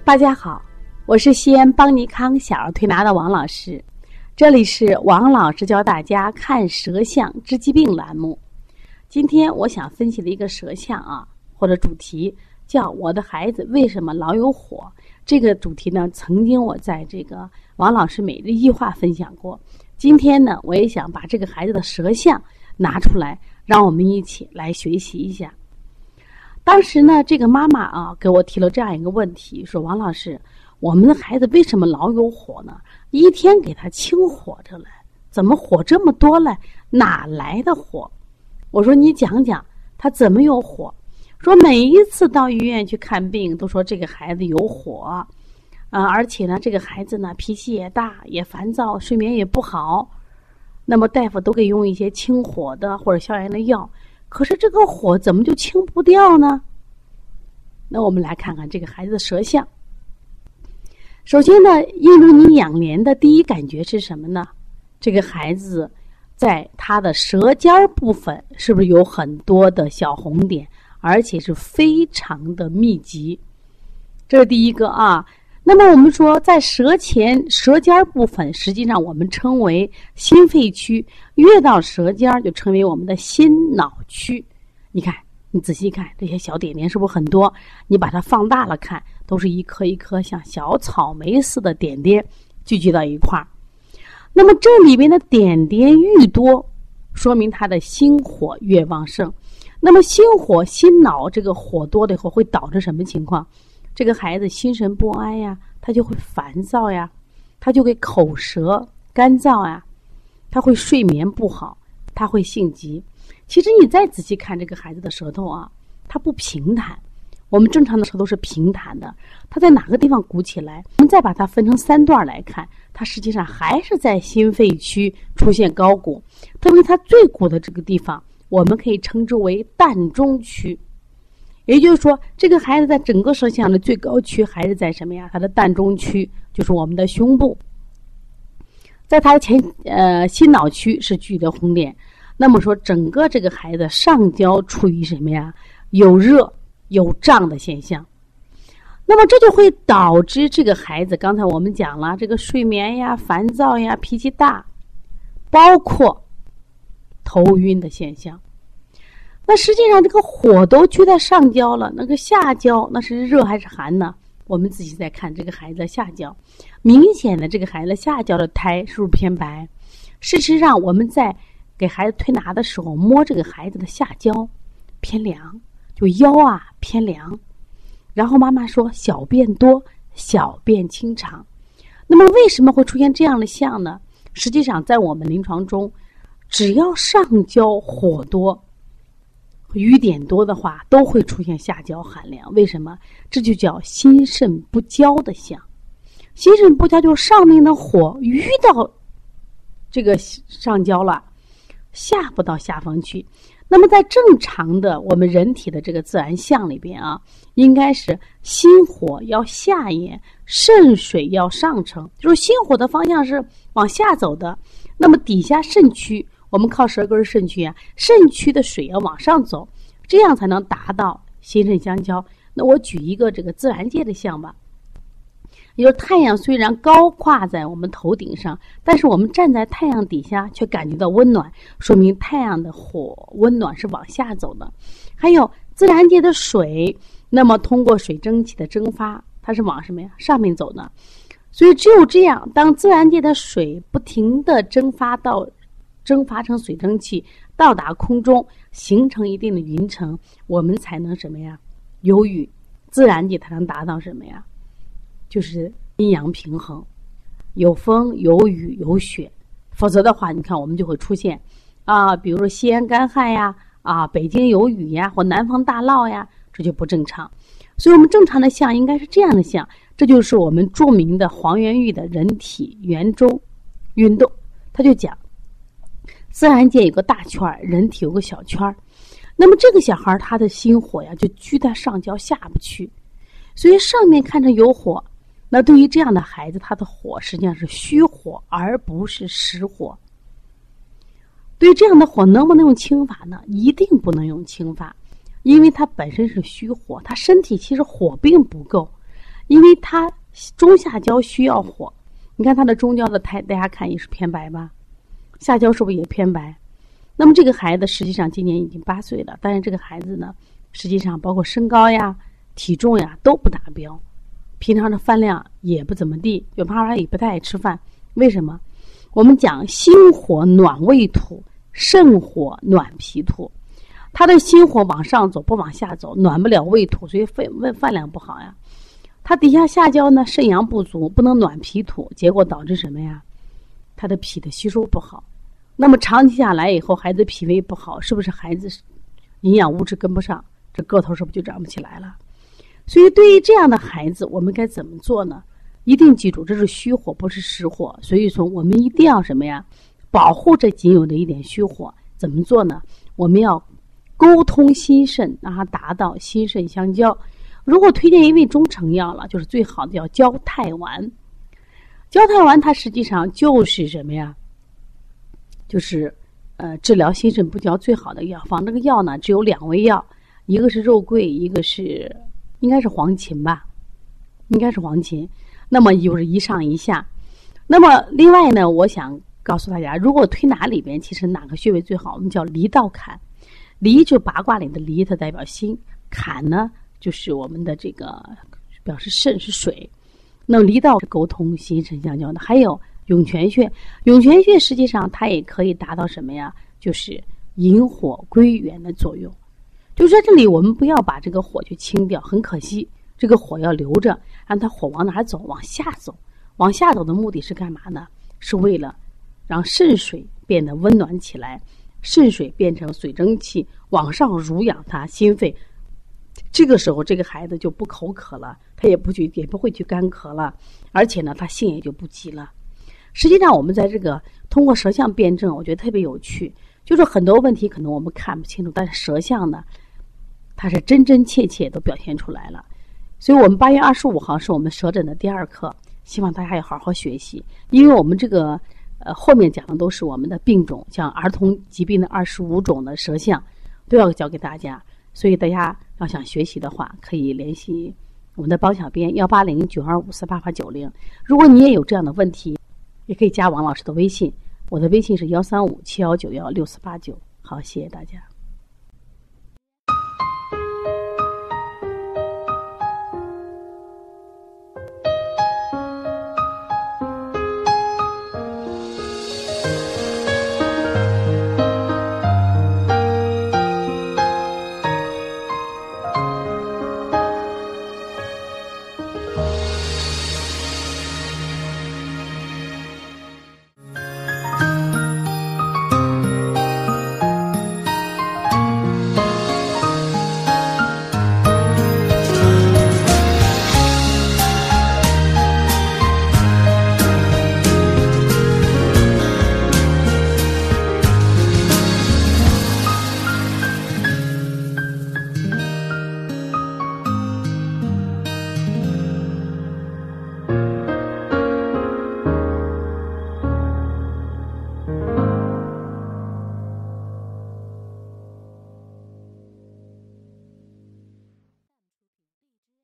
大家好，我是西安邦尼康小儿推拿的王老师，这里是王老师教大家看舌象治疾病栏目。今天我想分析的一个舌象或者主题叫我的孩子为什么老有火。这个主题呢，曾经我在这个王老师每日一话分享过。今天呢，我也想把这个孩子的舌象拿出来，让我们一起来学习一下。当时呢，这个妈妈给我提了这样一个问题，说王老师，我们的孩子为什么老有火呢？一天给他清火着来，怎么火这么多来？哪来的火？我说你讲讲他怎么有火。说每一次到医院去看病都说这个孩子有火而且呢这个孩子呢脾气也大，也烦躁，睡眠也不好，那么大夫都给用一些清火的或者消炎的药，可是这个火怎么就清不掉呢？那我们来看看这个孩子的舌象。首先呢，映入你眼帘的第一感觉是什么呢？这个孩子在他的舌尖部分是不是有很多的小红点，而且是非常的密集？这是第一个那么我们说在舌尖部分，实际上我们称为心肺区，越到舌尖就称为我们的心脑区。你看，你仔细看这些小点点是不是很多？你把它放大了看，都是一颗一颗像小草莓似的点点聚集到一块儿。那么这里面的点点愈多，说明他的心火越旺盛。那么心火心脑这个火多了以后会导致什么情况？这个孩子心神不安呀，他就会烦躁呀，他就会口舌干燥呀，他会睡眠不好，他会性急。其实你再仔细看这个孩子的舌头他不平坦。我们正常的舌头是平坦的，它在哪个地方鼓起来？我们再把它分成三段来看，它实际上还是在心肺区出现高鼓，特别它最鼓的这个地方，我们可以称之为膻中区。也就是说，这个孩子在整个舌象的最高区还是在什么呀？他的膻中区，就是我们的胸部。在他的心脑区是具的红点。那么说，整个这个孩子上焦处于什么呀？有热有胀的现象。那么这就会导致这个孩子，刚才我们讲了，这个睡眠呀、烦躁呀、脾气大，包括头晕的现象。那实际上这个火都聚在上焦了，那个下焦那是热还是寒呢？我们仔细再看这个孩子的下焦，明显的这个孩子的下焦的苔是不是偏白？事实上我们在给孩子推拿的时候，摸这个孩子的下焦偏凉，就腰偏凉。然后妈妈说小便多，小便清长。那么为什么会出现这样的象呢？实际上在我们临床中，只要上焦火多瘀点多的话，都会出现下焦寒凉。为什么？这就叫心肾不交的象。心肾不交就是上面的火瘀到这个上焦了，下不到下方去。那么在正常的我们人体的这个自然象里边应该是心火要下咽，肾水要上承，就是心火的方向是往下走的。那么底下肾区，我们靠舌根肾区肾区的水要往上走，这样才能达到心肾相交。那我举一个这个自然界的象吧，也就是太阳虽然高挂在我们头顶上，但是我们站在太阳底下却感觉到温暖，说明太阳的火温暖是往下走的。还有自然界的水，那么通过水蒸气的蒸发，它是往什么呀？上面走的。所以只有这样，当自然界的水不停地蒸发成水蒸气，到达空中，形成一定的云层，我们才能什么呀？有雨，自然界才能达到什么呀？就是阴阳平衡，有风有雨有雪。否则的话，你看我们就会出现比如说西安干旱呀北京有雨呀，或南方大涝呀，这就不正常。所以我们正常的象应该是这样的象。这就是我们著名的黄元玉的人体圆周运动，他就讲自然界有个大圈，人体有个小圈。那么这个小孩他的心火呀就聚在上焦下不去，所以上面看着有火，那对于这样的孩子，他的火实际上是虚火而不是实火。对于这样的火能不能用清法呢？一定不能用清法，因为它本身是虚火，他身体其实火并不够。 因为他中下焦需要火。你看他的中焦的胎，大家看也是偏白吧，下焦是不是也偏白？那么这个孩子实际上今年已经8岁了，但是这个孩子呢，实际上包括身高呀、体重呀都不达标，平常的饭量也不怎么地，就妈妈也不太爱吃饭。为什么？我们讲心火暖胃土，肾火暖脾土，他的心火往上走不往下走，暖不了胃土，所以饭量不好呀。他底下下焦呢，肾阳不足，不能暖脾土，结果导致什么呀？他的脾的吸收不好。那么长期下来以后，孩子脾胃不好，是不是孩子营养物质跟不上，这个头是不是就长不起来了？所以对于这样的孩子，我们该怎么做呢？一定记住，这是虚火，不是实火。所以说我们一定要什么呀？保护这仅有的一点虚火。怎么做呢？我们要沟通心肾，让它达到心肾相交。如果推荐一味中成药了，就是最好的叫焦太丸。焦太丸它实际上就是什么呀？就是治疗心肾不交最好的药方。这个药呢只有2味药，一个是肉桂，一个是应该是黄芩吧，应该是黄芩。那么就是一上一下。那么另外呢，我想告诉大家，如果推拿里边，其实哪个穴位最好？我们叫离道坎。离就八卦里的离，它代表心；坎呢就是我们的这个表示肾是水。那么离道是沟通心肾相交的。还有涌泉穴，涌泉穴实际上它也可以达到什么呀？就是引火归元的作用。就在这里，我们不要把这个火去清掉，很可惜，这个火要留着，让它火往哪走？往下走。往下走的目的是干嘛呢？是为了让肾水变得温暖起来，肾水变成水蒸气，往上濡养它心肺。这个时候，这个孩子就不口渴了，他也不会去干咳了，而且呢，他性也就不急了。实际上，我们在这个通过舌象辩证，我觉得特别有趣，就是很多问题可能我们看不清楚，但是舌象呢，它是真真切切都表现出来了。所以我们8月25号是我们舌诊的第2课，希望大家要好好学习，因为我们这个后面讲的都是我们的病种，像儿童疾病的25种的舌象都要教给大家。所以大家要想学习的话，可以联系我们的帮小编180-925-4890。如果你也有这样的问题，也可以加王老师的微信，我的微信是135-7191-6489。好，谢谢大家。